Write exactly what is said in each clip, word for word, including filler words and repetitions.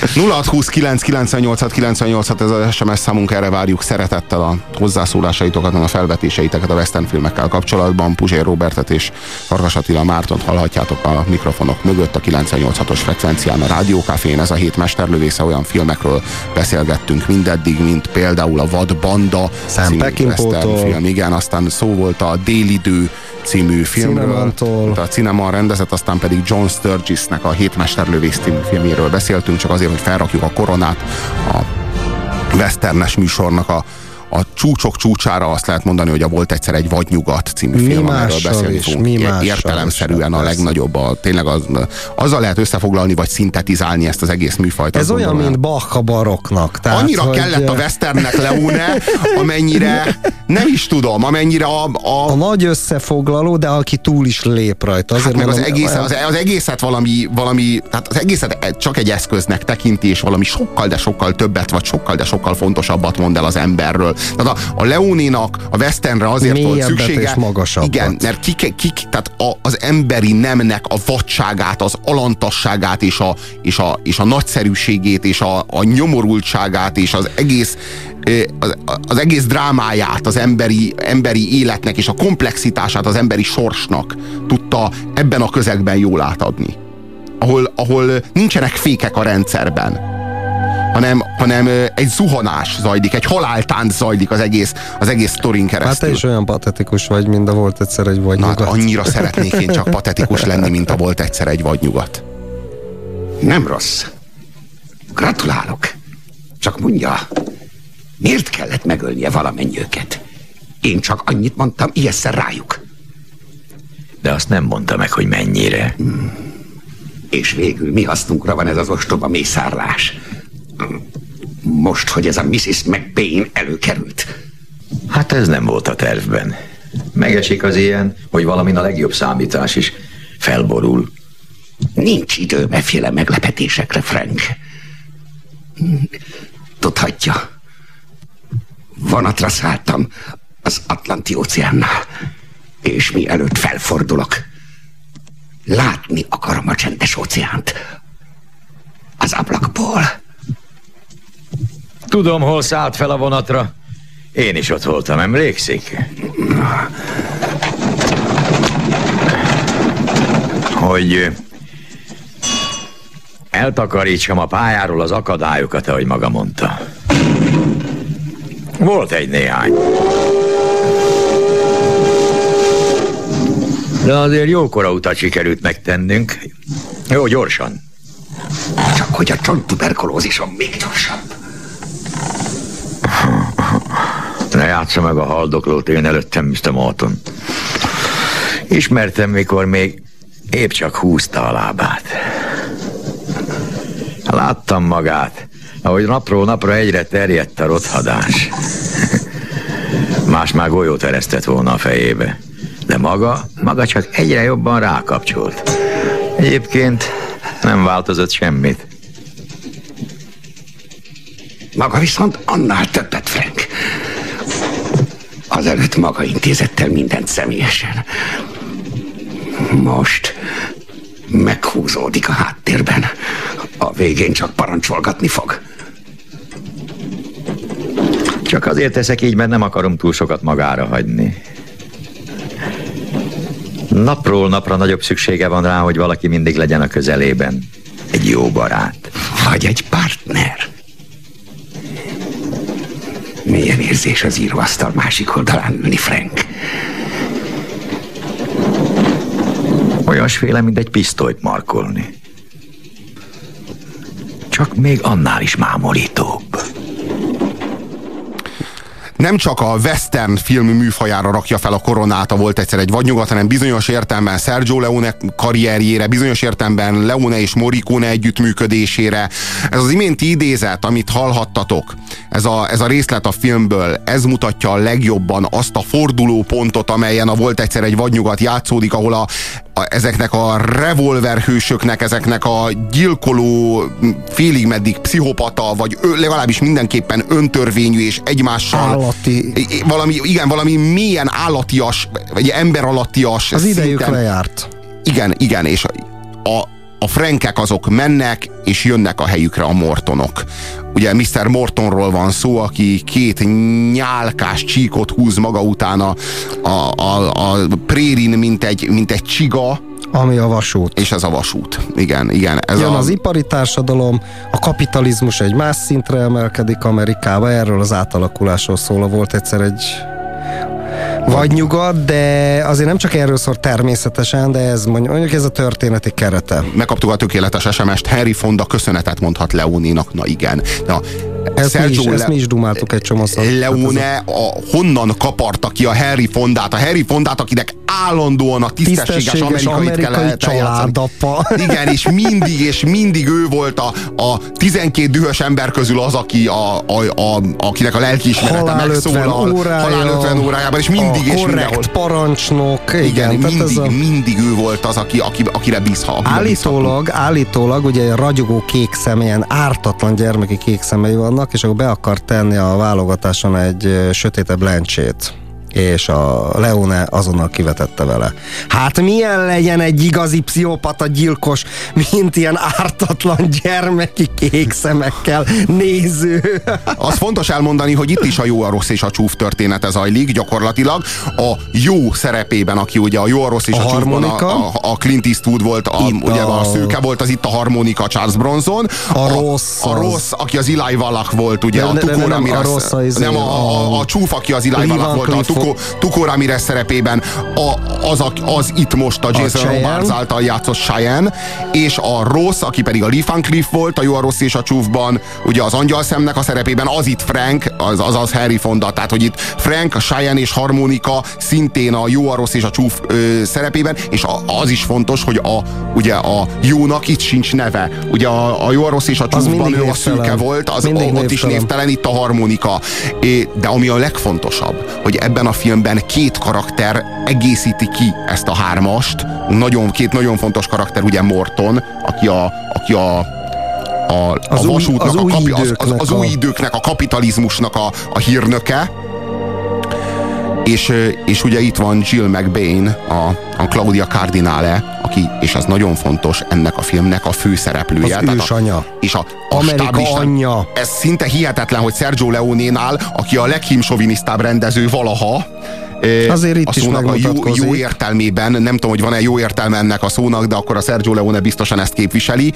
nulla hat húsz kilenc kilencvennyolc kilencvennyolc ez az es em es számunk, erre várjuk szeretettel a hozzászólásaitokat, a felvetéseiteket a western filmekkel kapcsolatban. Puzsér Robertet és Farkas Attila Mártont hallhatjátok a mikrofonok mögött a kilencvennyolc hatos frekvencián a Rádiókafén. Ez a hét mesterlövésze, olyan filmekről beszélgettünk mindeddig, mint például a Vad Banda című western film. Igen, aztán szó volt a Délidő című filmről, a Cineman rendezett, aztán pedig John Sturgisnek a Hétmesterlövész című filméről beszéltünk, csak azért, hogy felrakjuk a koronát a westernes műsornak a, a csúcsok csúcsára. Azt lehet mondani, hogy a Volt egyszer egy vadnyugat című mi film, amiről beszélni fogunk. Értelemszerűen a legnagyobb, a, tényleg az, azzal lehet összefoglalni, vagy szintetizálni ezt az egész műfajt. Ez olyan, gondolom, mint Bach a barokknak. Tehát, annyira hogy... kellett a westernnek Leone, amennyire nem is tudom, amennyire a... A, a nagy összefoglaló, de aki túl is lép rajta. Azért hát meg mondom, az, egész, az, az egészet valami, valami, tehát az egészet csak egy eszköznek tekinti, és valami sokkal, de sokkal többet, vagy sokkal, de sokkal fontosabbat mond el az emberről. Tehát a, a Leone-nak a westernre azért volt szüksége. Igen, mert kik, kik, tehát a, az emberi nemnek a vadságát, az alantasságát, és a, és a, és a nagyszerűségét, és a, a nyomorultságát, és az egész Az, az egész drámáját az emberi, emberi életnek, és a komplexitását az emberi sorsnak tudta ebben a közegben jól átadni. Ahol, ahol nincsenek fékek a rendszerben, hanem, hanem egy zuhanás zajlik, egy haláltánc zajlik az egész, az egész sztorin keresztül. Hát te is olyan patetikus vagy, mint a Volt egyszer egy vadnyugat. Na, hát annyira szeretnék én csak patetikus lenni, mint a Volt egyszer egy vadnyugat. Nem rossz. Gratulálok. Csak mondja, miért kellett megölnie valamennyi őket? Én csak annyit mondtam, ijeszen rájuk. De azt nem mondta meg, hogy mennyire. Hmm. És végül mi hasznunkra van ez az ostoba mészárlás? Most, hogy ez a missus McBain előkerült. Hát ez nem volt a tervben. Megesik az ilyen, hogy valamin a legjobb számítás is felborul. Nincs idő efféle meglepetésekre, Frank. Tudhatja, vonatra szálltam az Atlanti-óceánnál, és mielőtt felfordulok, látni akarom a csendes óceánt az ablakból. Tudom, hol szállt fel a vonatra. Én is ott voltam, emlékszik? Hogy eltakarítsam a pályáról az akadályokat, ahogy maga mondta. Volt egy néhány. De azért jókora utat sikerült megtennünk. Jó, gyorsan. Csak hogy a csonttuberkulózisom még gyorsabb. Ne játsza meg a haldoklót én előttem, miszter Morton. Ismertem, mikor még épp csak húzta a lábát. Láttam magát, ahogy napról napra egyre terjedt a rothadás. Más már golyót eresztett volna a fejébe. De maga, maga csak egyre jobban rákapcsolt. Egyébként nem változott semmit. Maga viszont annál többet, Frank. Azelőtt maga intézett el mindent személyesen. Most meghúzódik a háttérben. A végén csak parancsolgatni fog. Csak azért teszek így, mert nem akarom túl sokat magára hagyni. Napról napra nagyobb szüksége van rá, hogy valaki mindig legyen a közelében. Egy jó barát. Vagy egy partner. Milyen érzés az íróasztal másik oldalán ülni, Frank? Olyasféle, mint egy pisztolyt markolni. Csak még annál is mámolítóbb. Nem csak a western film műfajára rakja fel a koronát a Volt egyszer egy vadnyugat, hanem bizonyos értelemben Sergio Leone karrierjére, bizonyos értelemben Leone és Morricone együttműködésére. Ez az iménti idézet, amit hallhattatok, ez a, ez a részlet a filmből, ez mutatja a legjobban azt a fordulópontot, amelyen a Volt egyszer egy vadnyugat játszódik, ahol a, a, ezeknek a revolverhősöknek, ezeknek a gyilkoló, félig meddig pszichopata, vagy ő, legalábbis mindenképpen öntörvényű és egymással állati. Valami, igen, valami mélyen állatias, vagy emberalattias az szinten. idejük lejárt. Igen, igen, és a, a, a Frankek azok mennek, és jönnek a helyükre a Mortonok. Ugye miszter Mortonról van szó, aki két nyálkás csíkot húz maga után a, a, a, a prérin, mint egy, mint egy csiga. Ami a vasút. És ez a vasút. Igen, igen. Ez Jön a... az ipari társadalom, a kapitalizmus egy más szintre emelkedik Amerikába, erről az átalakulásról szól, volt egyszer egy vagy nyugat, de azért nem csak erről szól természetesen, de ez mondjuk ez a történeti kerete. Megkaptuk a tökéletes es em est, Henry Fonda köszönetet mondhat Leónénak, na igen. Na, ezt, mi is, Le... ezt mi is dumáltuk egy csomószor. Leone a, honnan kaparta ki a Harry Fondát? A Harry Fondát, akinek állandóan a tisztességes, tisztességes amerikai, amerikai családapa. Igen, és mindig, és mindig ő volt a, a tizenkét dühös ember közül az, aki a, a, a, akinek a lelkiismerete megszólal. Halál ötven órájában, és mindig, és mindenhol. Parancsnok. Igen, igen mindig, ez a... mindig ő volt az, aki, aki, akire bízhat. Állítólag, állítólag, ugye ragyogó kék személyen, ártatlan gyermeki kék szemei vannak, és akkor be akar tenni a válogatáson egy sötétebb lencsét. És a Leone azonnal kivetette vele. Hát milyen legyen egy igazi pszichopata gyilkos, mint ilyen ártatlan gyermeki kék szemekkel néző. Az fontos elmondani, hogy itt is a jó, a rossz és a csúf története zajlik gyakorlatilag. A jó szerepében, aki ugye a jó, a rossz és a, a csúfban a, a, a Clint Eastwood volt, a, ugye a... a szőke volt, az itt a harmonika Charles Bronson. A, a rossz. A, a rossz, aki az Eli Wallach volt, ugye de, a Tuco Ramirez. Nem, a, a, a, a csúf, aki az Eli Wallach volt, a Tuco Tuco Ramirez szerepében a, az, a, az itt most a Jason Robards által játszott Cheyenne, és a rossz, aki pedig a Lee Van Cleef volt, a jó, a rossz és a csúfban, ugye az angyalszemnek a szerepében, az itt Frank, az, az az Harry Fonda, tehát hogy itt Frank, a Cheyenne és harmonika szintén a jó, a rossz és a csúf ö, szerepében, és a, az is fontos, hogy a, ugye a jónak itt sincs neve. Ugye a, a jó, a rossz és a csúfban ő a szőke volt, az, ott is névtelen, itt a harmonika. É, de ami a legfontosabb, hogy ebben a filmben két karakter egészíti ki ezt a hármast. Nagyon, két nagyon fontos karakter, ugye Morton, aki a, aki a, a, a vasútnak, új, az, a új kapi, az, az, az új időknek, a kapitalizmusnak a, a hírnöke. És, és ugye itt van Jill McBain, a, a Claudia Cardinale, aki, és ez nagyon fontos, ennek a filmnek a főszereplője. Az ősanya. És a, a Amerika anyja. Ez szinte hihetetlen, hogy Sergio Leone-nál, aki a leghímsovinisztább rendező valaha, azért itt a is szónak a jó, jó értelmében, nem tudom, hogy van-e jó értelme ennek a szónak, de akkor a Sergio Leone biztosan ezt képviseli.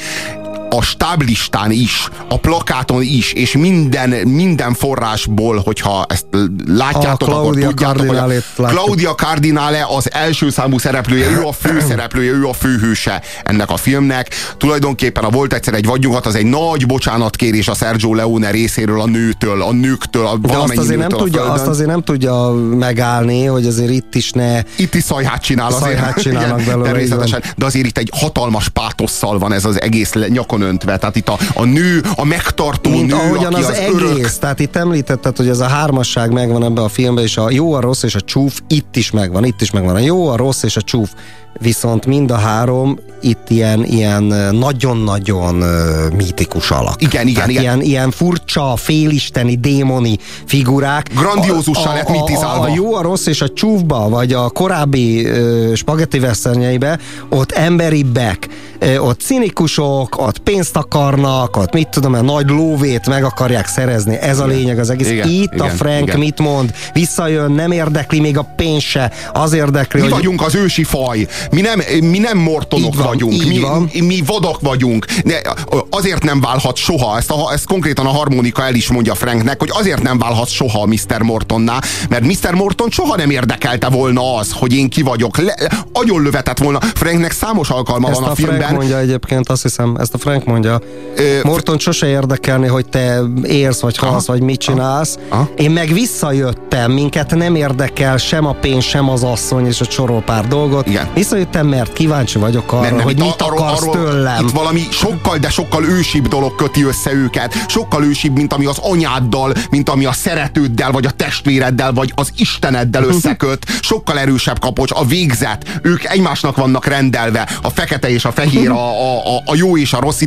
A stáblistán is, a plakáton is, és minden, minden forrásból, hogyha ezt látjátok, a akkor tudjátok, hogy a Claudia Cardinale az első számú szereplője, ő a főszereplője, ő a főhőse ennek a filmnek. Tulajdonképpen a Volt egyszer egy vadnyugat, az egy nagy bocsánatkérés a Sergio Leone részéről a nőtől, a nőktől, a de azt azért, nem tudja, azt azért nem tudja megállni, hogy azért itt is ne... Itt is szajhát csinál azért. Szajhát csinálnak belőle. Természetesen, de azért itt egy hatalmas pátosszal van ez az egész nyakon öntve. Tehát itt a, a nő, a megtartó mint nő, ahogyan aki az, az egész, örök. tehát itt említetted, hogy ez a hármasság megvan ebben a filmben, és a jó, a rossz és a csúf itt is megvan, itt is megvan. A jó, a rossz és a csúf. Viszont mind a három itt ilyen, ilyen nagyon-nagyon uh, mítikus alak. Igen, igen, igen. Ilyen, ilyen furcsa, félisteni, démoni figurák. Grandiózussal lett mitizálva. A, a jó, a rossz és a csúfba, vagy a korábbi uh, spagetti westernjeibe, ott emberibbek, uh, ott cinikusok, ott pénzt akarnak, ott mit tudom, a nagy lóvét meg akarják szerezni. Ez a lényeg az egész. Igen, itt igen, a Frank igen. mit mond? Visszajön, nem érdekli még a pénz se. Az érdekli, mi hogy... vagyunk az ősi faj. Mi nem, mi nem mortonok van, vagyunk, mi, mi vadak vagyunk. De azért nem válhat soha, ezt, a, ezt konkrétan a harmonika el is mondja Franknek, hogy azért nem válhat soha miszter Mortonná, mert miszter Morton soha nem érdekelte volna az, hogy én ki vagyok. Le, agyon lövetett volna. Franknek számos alkalma ezt van a, a filmben. Frank mondja egyébként, azt hiszem, ezt a Frank mondja. Ö, Morton sose érdekelni, hogy te érsz, vagy halsz, vagy mit csinálsz. Aha. Én meg visszajöttem, minket nem érdekel sem a pénz, sem az asszony, és a sorol pár dolgot. Igen. Visszajöttem, mert kíváncsi vagyok arra, nem, nem, hogy mit arról, akarsz arról, tőlem. Itt valami sokkal, de sokkal ősibb dolog köti össze őket. Sokkal ősibb, mint ami az anyáddal, mint ami a szeretőddel, vagy a testvéreddel, vagy az Isteneddel összeköt. Sokkal erősebb kapocs, a végzet. Ők egymásnak vannak rendelve. A fekete és a fehér, a, a, a jó és a rossz.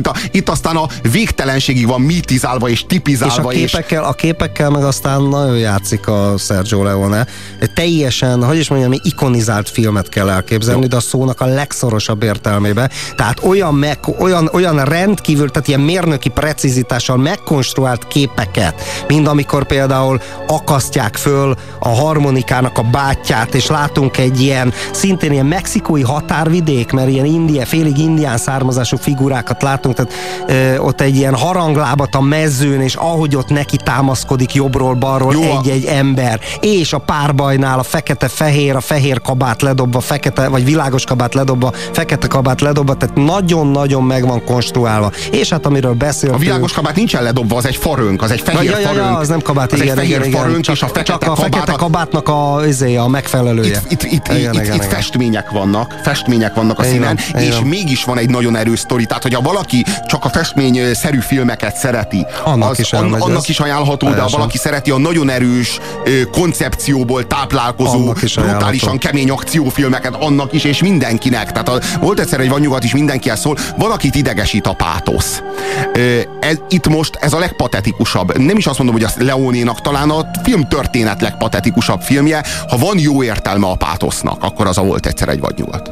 itt, a, itt aztán a végtelenségig van mitizálva és tipizálva. És a képekkel, és... a képekkel meg aztán nagyon játszik a Sergio Leone. Teljesen, hogy is mondjam, ikonizált filmet kell elképzelni, jó, de a szónak a legszorosabb értelmében. Tehát olyan, meg, olyan, olyan rendkívül, tehát ilyen mérnöki precizitással megkonstruált képeket, mint amikor például akasztják föl a harmonikának a bátyját, és látunk egy ilyen, szintén ilyen mexikói határvidék, mert ilyen India, félig indián származású figurákat látunk, tehát ö, ott egy ilyen haranglábat a mezőn, és ahogy ott neki támaszkodik jobbról, balról egy-egy ember, és a párbajnál a fekete-fehér, a fehér kabát ledobva, fekete, vagy világos kabát ledobva, fekete kabát ledobva, tehát nagyon-nagyon meg van konstruálva. És hát amiről beszéltünk... A világos kabát nincsen ledobva, az egy farönk, az egy fehér ja, ja, farönk. Ja, az nem kabát, az igen, egy fehér igen, farönk, csak, és a fekete, csak a fekete kabát, kabátnak a, izé, a megfelelője. Itt, itt, itt, igen, itt, igen, itt igen. festmények vannak, festmények vannak a színen, igen, és igen. mégis van egy nagyon erős sztori. Tehát, hogyha valaki csak a festményszerű filmeket szereti, annak, az, is, an, annak is ajánlható, de ha valaki szereti a nagyon erős koncepcióból táplálkozó, brutálisan kemény akciófilmeket, annak is, és mindenkinek. Tehát a, volt egyszer egy Van nyugat is, mindenkihez szól, valakit idegesít a pátosz. Ez, itt most ez a legpatetikusabb. Nem is azt mondom, hogy a Leónénak talán a filmtörténet legpatetikusabb filmje. Ha van jó értelme a pátosznak, akkor az a Volt egyszer egy vadnyugat.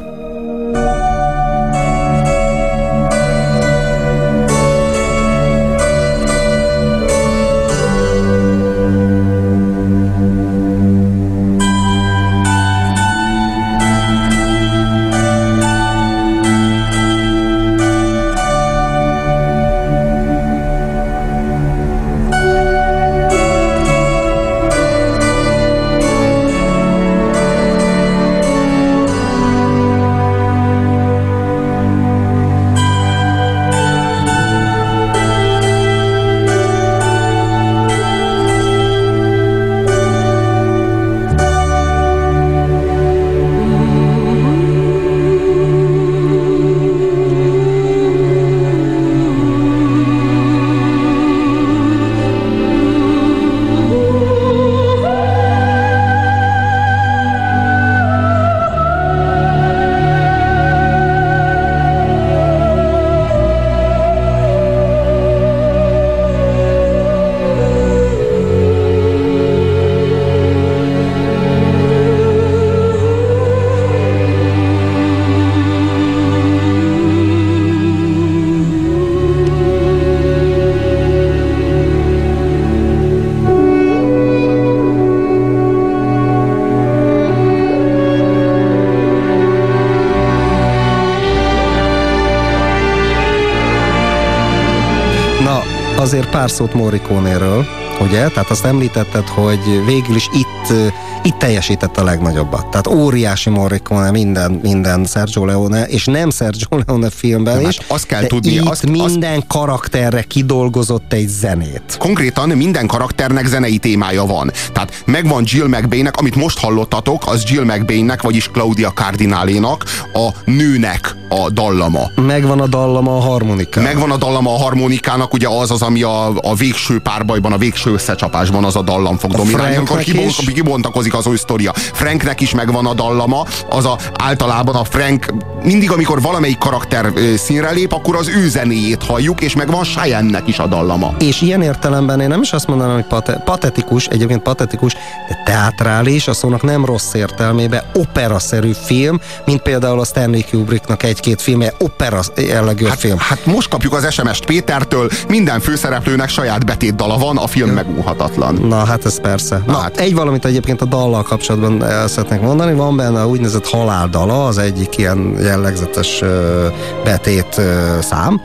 Azért pár szót Morricone-ről, ugye? Tehát azt említetted, hogy végül is itt, itt teljesített a legnagyobbat. Tehát óriási Morricone minden, minden Sergio Leone, és nem Sergio Leone filmben nem, is, hát azt kell de tudni, itt azt, minden azt... karakterre kidolgozott egy zenét. Konkrétan minden karakternek zenei témája van. Tehát megvan Jill McBainnek, amit most hallottatok, az Jill McBainnek, vagyis Claudia Cardinalénak a nőnek a dallama. Megvan a dallama a harmonikának. Megvan a dallama a harmonikának, ugye az az, ami a, a végső párbajban, a végső összecsapásban az a dallam fog dominálni, amikor kibont, kibontakozik az új sztoria. Franknek is megvan a dallama, az a, általában a Frank, mindig amikor valamelyik karakter színre lép, akkor az ő zenéjét halljuk, és megvan Cheyenne-nek is a dallama. És ilyen értelemben én nem is azt mondanám, hogy pate, patetikus, egyébként patetikus, de teátrális, a szónak nem rossz értelmében, operaszerű film, mint például a Stanley Kubricknak egy-két filmje, opera jellegű hát, film. Hát most kapjuk az es em est Pétertől, minden főszereplőnek saját betétdala van, a film megúhatatlan. Na hát ez persze. Na, Na hát. Egy valamit egyébként a dallal kapcsolatban el szeretnék mondani, van benne a úgynevezett haláldala, az egyik ilyen jellegzetes uh, betét uh, szám.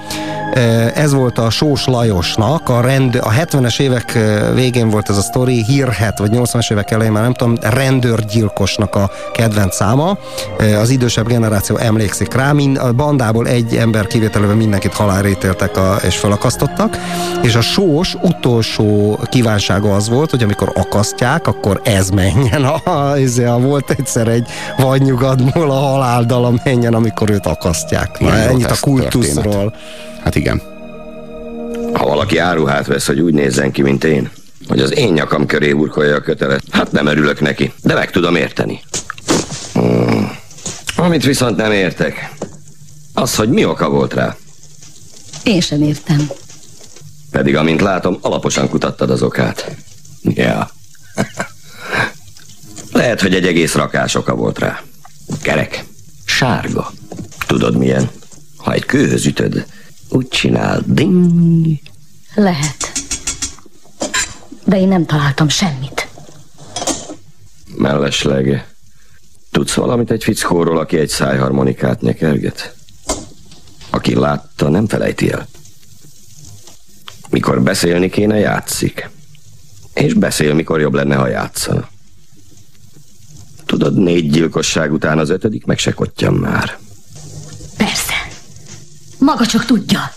Ez volt a Sós Lajosnak, a, rend, a hetvenes évek végén volt ez a sztori, hírhet, vagy nyolcvanas évek elején, már nem tudom, rendőrgyilkosnak a kedvenc száma. Az idősebb generáció emlékszik rá, mind, a bandából egy ember kivételével mindenkit halálra ítéltek a, és felakasztottak, és a Sós utolsó kívánsága az volt, hogy amikor akasztják, akkor ez menjen. A, a, a, volt egyszer egy vadnyugatból a haláldala menjen, amikor őt akasztják. Na, ennyit a kultuszról. Történet. Hát igen. Ha valaki áruhát vesz, hogy úgy nézzen ki, mint én, hogy az én nyakam köré urkolja a kötelet, hát nem örülök neki, de meg tudom érteni. Hmm. Amit viszont nem értek, az, hogy mi oka volt rá. Én sem értem. Pedig amint látom, alaposan kutattad az okát. Ja. Lehet, hogy egy egész rakás oka volt rá. Kerek. Sárga. Tudod milyen? Ha egy kőhöz ütöd, úgy csinál, ding. Lehet. De én nem találtam semmit. Mellesleg. Tudsz valamit egy fickóról, aki egy szájharmonikát nyekerget? Aki látta, nem felejti el. Mikor beszélni kéne, játszik. És beszél, mikor jobb lenne, ha játszana. Tudod, négy gyilkosság után az ötödik meg se kottyan már. Persze. Maga csak tudja.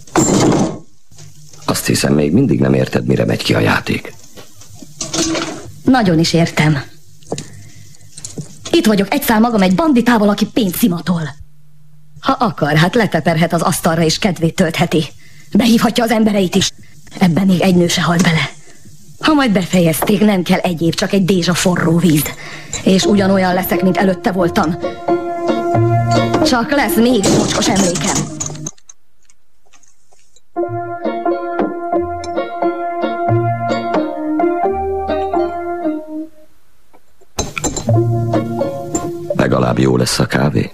Azt hiszem, még mindig nem érted, mire megy ki a játék. Nagyon is értem. Itt vagyok egyszál magam egy banditával, aki pénzt szimatol. Ha akar, hát leteperhet az asztalra és kedvét töltheti. Behívhatja az embereit is. Ebben még egy nő se halt bele. Ha majd befejezték, nem kell egyéb, csak egy dézsa forró víz. És ugyanolyan leszek, mint előtte voltam. Csak lesz még egy mocskos emlékem. Legalább jó lesz a kávé.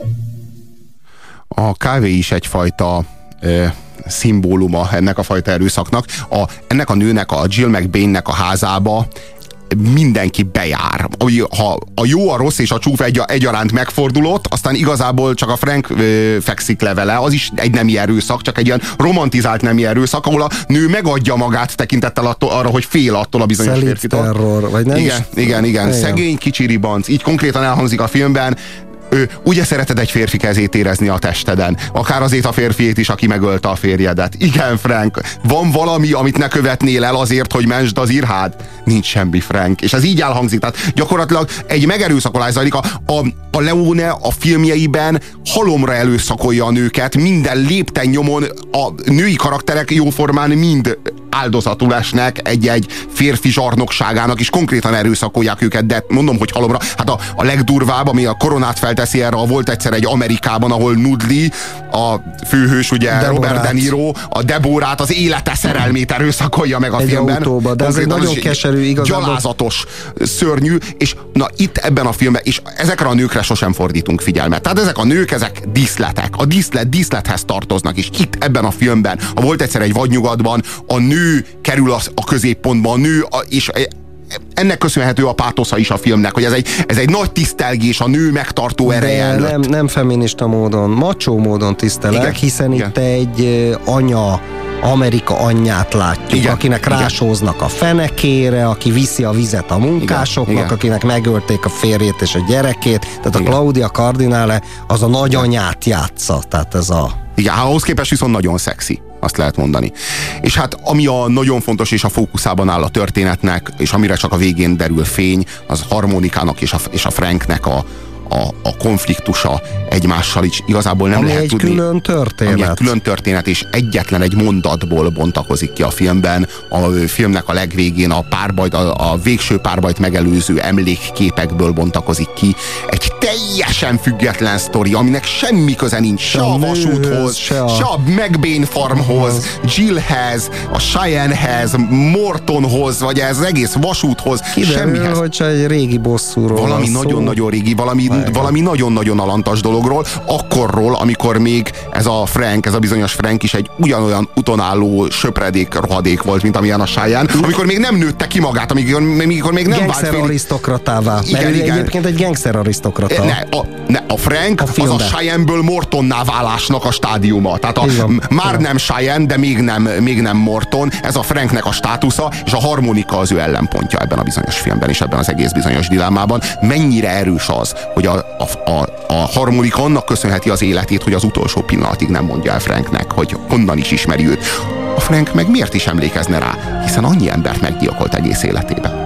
A kávé is egyfajta ö, szimbóluma ennek a fajta erőszaknak. A, ennek a nőnek, a Jill McBain-nek a házába mindenki bejár. Ha a jó, a rossz és a csúf egy, egyaránt megfordulott, aztán igazából csak a Frank ö, fekszik le vele, az is egy nemi erőszak, csak egy ilyen romantizált nemi erőszak, ahol a nő megadja magát tekintettel attól, arra, hogy fél attól a bizonyos Szelíd férfitől. terror, vagy nem igen, is? igen, igen, igen. Szegény kicsi ribanc. Így konkrétan elhangzik a filmben. Ő, ugye szereted egy férfi kezét érezni a testeden? Akár azért a férfiét is, aki megölte a férjedet. Igen, Frank, van valami, amit ne követnél el azért, hogy mentsd az irhád? Nincs semmi, Frank. És ez így elhangzik. Tehát gyakorlatilag egy megerőszakolás zajlik. A, a, a Leone a filmjeiben halomra előszakolja a nőket, minden lépten nyomon a női karakterek jóformán mind áldozatul esnek egy-egy férfi zsarnokságának, és konkrétan erőszakolják őket, de mondom, hogy halomra. Hát a, a legdurvább, ami a koronát felteszi erre, volt egyszer egy Amerikában, ahol Nudli, a főhős, ugye Deborát. Robert De Niro, a Deborát, az élete szerelmét erőszakolja meg a egy filmben. Autóba, de ez egy nagyon keserű, igazából. Gyalázatos, szörnyű, és na itt ebben a filmben, és ezekre a nőkre sosem fordítunk figyelmet. Tehát ezek a nők, ezek díszletek. A díszlet, díszlethez tartoznak, és itt ebben a filmben, ha volt egyszer egy vadnyugatban, a nő kerül a, a középpontba, a nő, a, és ennek köszönhető a pátosza is a filmnek, hogy ez egy, ez egy nagy tisztelgés a nő megtartó ereje előtt. Nem, nem feminista módon, macsó módon tisztelek, igen, hiszen igen. Itt egy anya, Amerika anyját látjuk, igen, akinek igen. rásóznak a fenekére, aki viszi a vizet a munkásoknak, igen, akinek megölték a férjét és a gyerekét, tehát igen. a Claudia Cardinale az a nagyanyát játsza, tehát ez a... Igen, ahhoz képest viszont nagyon szexi, azt lehet mondani. És hát ami a nagyon fontos és a fókuszában áll a történetnek, és amire csak a végén derül fény, az harmonikának és a, és a Franknek a, a, a konfliktusa egymással is igazából nem ami lehet egy tudni. Külön történet. Ami egy külön történet, és egyetlen egy mondatból bontakozik ki a filmben. A filmnek a legvégén a párbajt, a, a végső párbajt megelőző emlékképekből bontakozik ki. Egy teljesen független sztori, aminek semmi köze nincs se a vasúthoz, se a, se a McBain farmhoz, Jillhez, a Cheyennehez, Mortonhoz, vagy ez az egész vasúthoz, kiderül, semmihez. hogy csak egy régi bosszúról valami nagyon-nagyon régi, valami, valami nagyon-nagyon alantas dologról, akkorról, amikor még ez a Frank, ez a bizonyos Frank is egy ugyanolyan utonálló söpredék, rohadék volt, mint amilyen a Cheyenne, amikor még nem nőtte ki magát, amikor, amikor még nem vált gangster fél... arisztokratává. Igen, mert igen. Egyébként egy gangster arisztokrata. Ne, a, ne, a Frank a az a Cheyenne-ből Mortonná válásnak a stádiuma. Tehát a, már nem Cheyenne, de még nem, még nem Morton. Ez a Franknek a státusza, és a harmonika az ő ellenpontja ebben a bizonyos filmben, és ebben az egész bizonyos dilemmában. Mennyire erős az, hogy a, a, a, a harmonika annak köszönheti az életét, hogy az utolsó pillanatig nem mondja el Franknek, hogy honnan is ismeri őt. A Frank meg miért is emlékezne rá? Hiszen annyi embert meggyilkolt egész életében.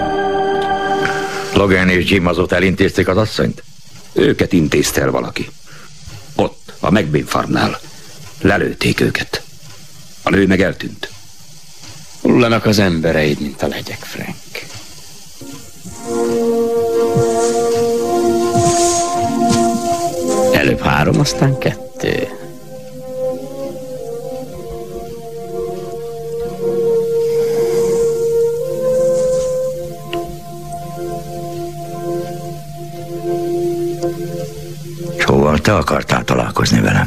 Logan és Jim azóta elintézték az asszonyt? Őket intézte el valaki. Ott, a McBain farmnál. Lelőtték őket. A nő meg eltűnt. Hullanak az embereid, mint a legyek, Frank. Előbb három, aztán kettő. te akartál találkozni velem.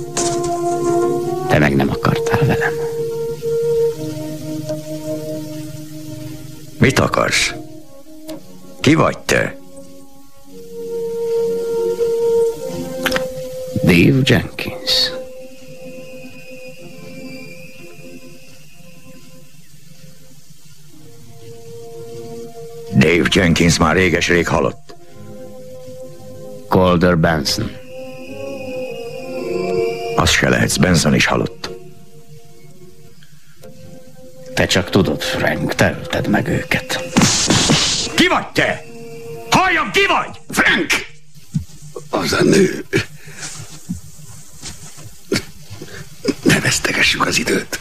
Te meg nem akartál velem. Mit akarsz? Ki vagy te? Dave Jenkins. Dave Jenkins már réges-rég halott. Calder Benson. Az se lehetsz, Benson is halott. Te csak tudod, Frank, te ölted meg őket. Ki vagy te? Halljam, ki vagy? Frank! Az a nő. Ne vesztegessük az időt.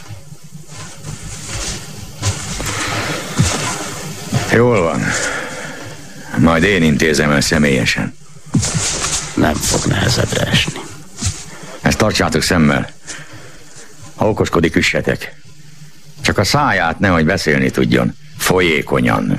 Jól van. Majd én intézem el személyesen. Nem fog nehezedre esni. Ezt tartsátok szemmel. Ha okoskodik, üssetek. Csak a száját nehogy beszélni tudjon. Folyékonyan.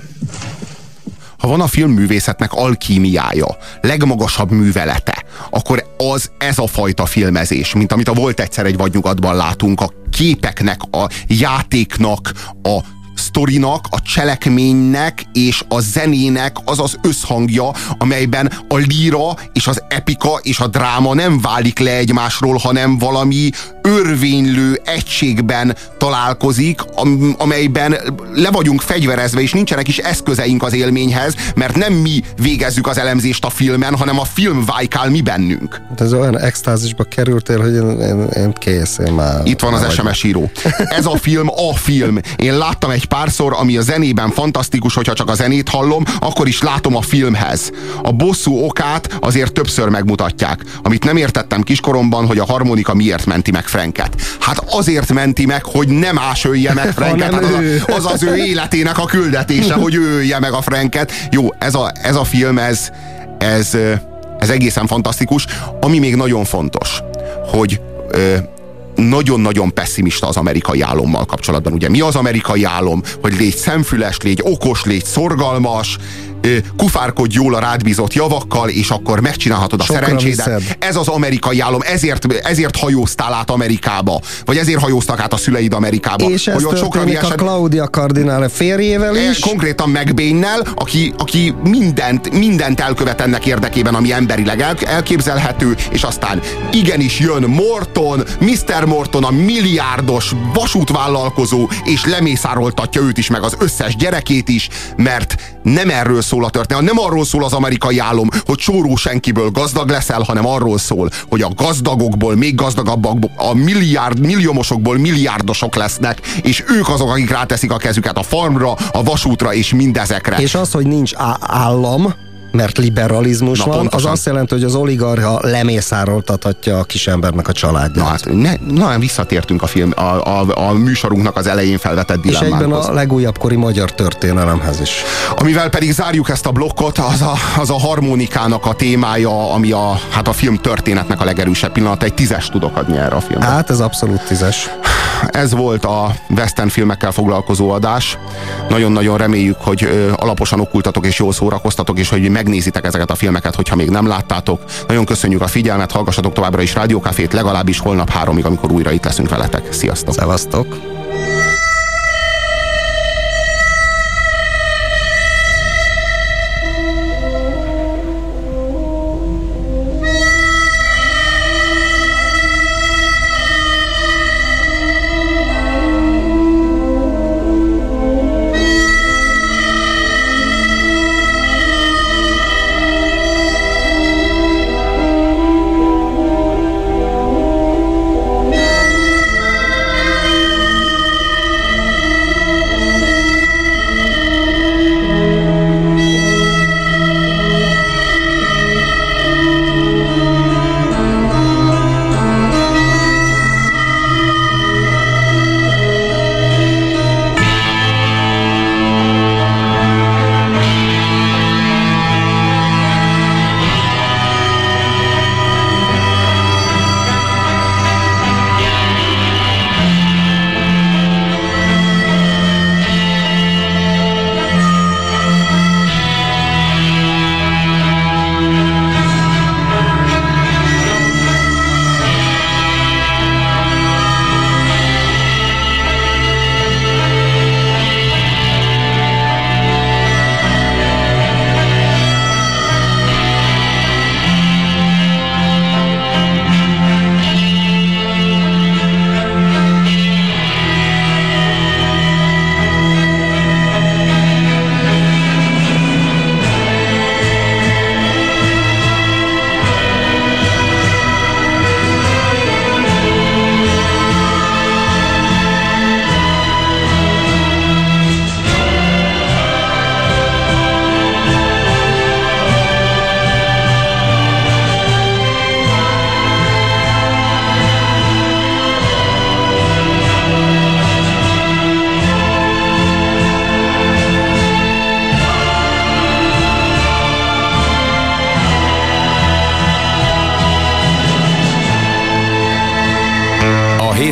Ha van a filmművészetnek alkímiája, legmagasabb művelete, akkor az ez a fajta filmezés, mint amit a Volt egyszer egy vadnyugatban látunk, a képeknek, a játéknak, a sztorinak, a cselekménynek és a zenének az az összhangja, amelyben a líra és az epika és a dráma nem válik le egymásról, hanem valami örvénylő egységben találkozik, amelyben le vagyunk fegyverezve, és nincsenek is eszközeink az élményhez, mert nem mi végezzük az elemzést a filmen, hanem a film vájkál mi bennünk. Ez olyan extázisba kerültél, hogy én, én, én kész, én már... Itt van az es em es író. Ez a film a film. Én láttam egy párszor, ami a zenében fantasztikus, hogyha csak a zenét hallom, akkor is látom a filmhez. A bosszú okát azért többször megmutatják. Amit nem értettem kiskoromban, hogy a harmonika miért menti meg Franket. Hát azért menti meg, hogy nem ásölje meg Franket. Hát az, a, az az ő életének a küldetése, hogy ő ölje meg a Franket. Jó, ez a, ez a film, ez, ez, ez egészen fantasztikus. Ami még nagyon fontos, hogy ö, nagyon-nagyon pesszimista az amerikai álommal kapcsolatban. Ugye mi az amerikai álom? Hogy légy szemfüles, légy okos, légy szorgalmas, kufárkodj jól a rád bízott javakkal, és akkor megcsinálhatod a Sokra szerencsédet. viszed. Ez az amerikai álom, ezért, ezért hajóztál át Amerikába, vagy ezért hajóztak át a szüleid Amerikába. És ez hogy ott történik a Claudia Cardinale férjével is. Konkrétan McBain-nel, aki, aki mindent, mindent elkövet ennek érdekében, ami emberileg el, elképzelhető, és aztán igenis jön Morton, miszter Morton, a milliárdos vasútvállalkozó, és lemészároltatja őt is, meg az összes gyerekét is, mert nem erről szól a történet, nem arról szól az amerikai álom, hogy csóró senkiből gazdag leszel, hanem arról szól, hogy a gazdagokból még gazdagabbak, a milliárd, milliómosokból milliárdosok lesznek, és ők azok, akik ráteszik a kezüket a farmra, a vasútra és mindezekre. És az, hogy nincs állam, mert liberalizmus Na, van, pontosan. az azt jelenti, hogy az oligarcha lemészároltathatja a kisembernek a családját. Na hát, ne, na, visszatértünk a, film, a, a, a műsorunknak az elején felvetett És egyben dilemmánkhoz. a legújabb kori magyar történelemhez is. Amivel pedig zárjuk ezt a blokkot, az a, az a harmonikának a témája, ami a, hát a film történetnek a legerősebb pillanata. Egy tízes tudok adni erre a filmre. Hát ez abszolút tízes. Ez volt a western filmekkel foglalkozó adás. Nagyon-nagyon reméljük, hogy ö, alaposan okkultatok és jól szórakoztatok, és hogy megnézitek ezeket a filmeket, hogyha még nem láttátok. Nagyon köszönjük a figyelmet, hallgassatok továbbra is Rádiókafét, legalábbis holnap háromig, amikor újra itt leszünk veletek. Sziasztok! Szevasztok!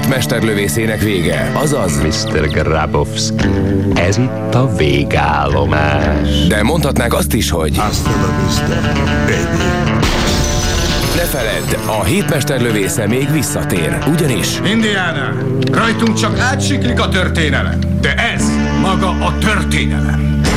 hétmesterlövészének vége, azaz miszter Grabowski, ez itt a végállomás. De mondhatnák azt is, hogy Hasta la vista, baby. Ne feledd, a hétmesterlövésze még visszatér, ugyanis Indiana, rajtunk csak átsiklik a történelem, de ez maga a történelem.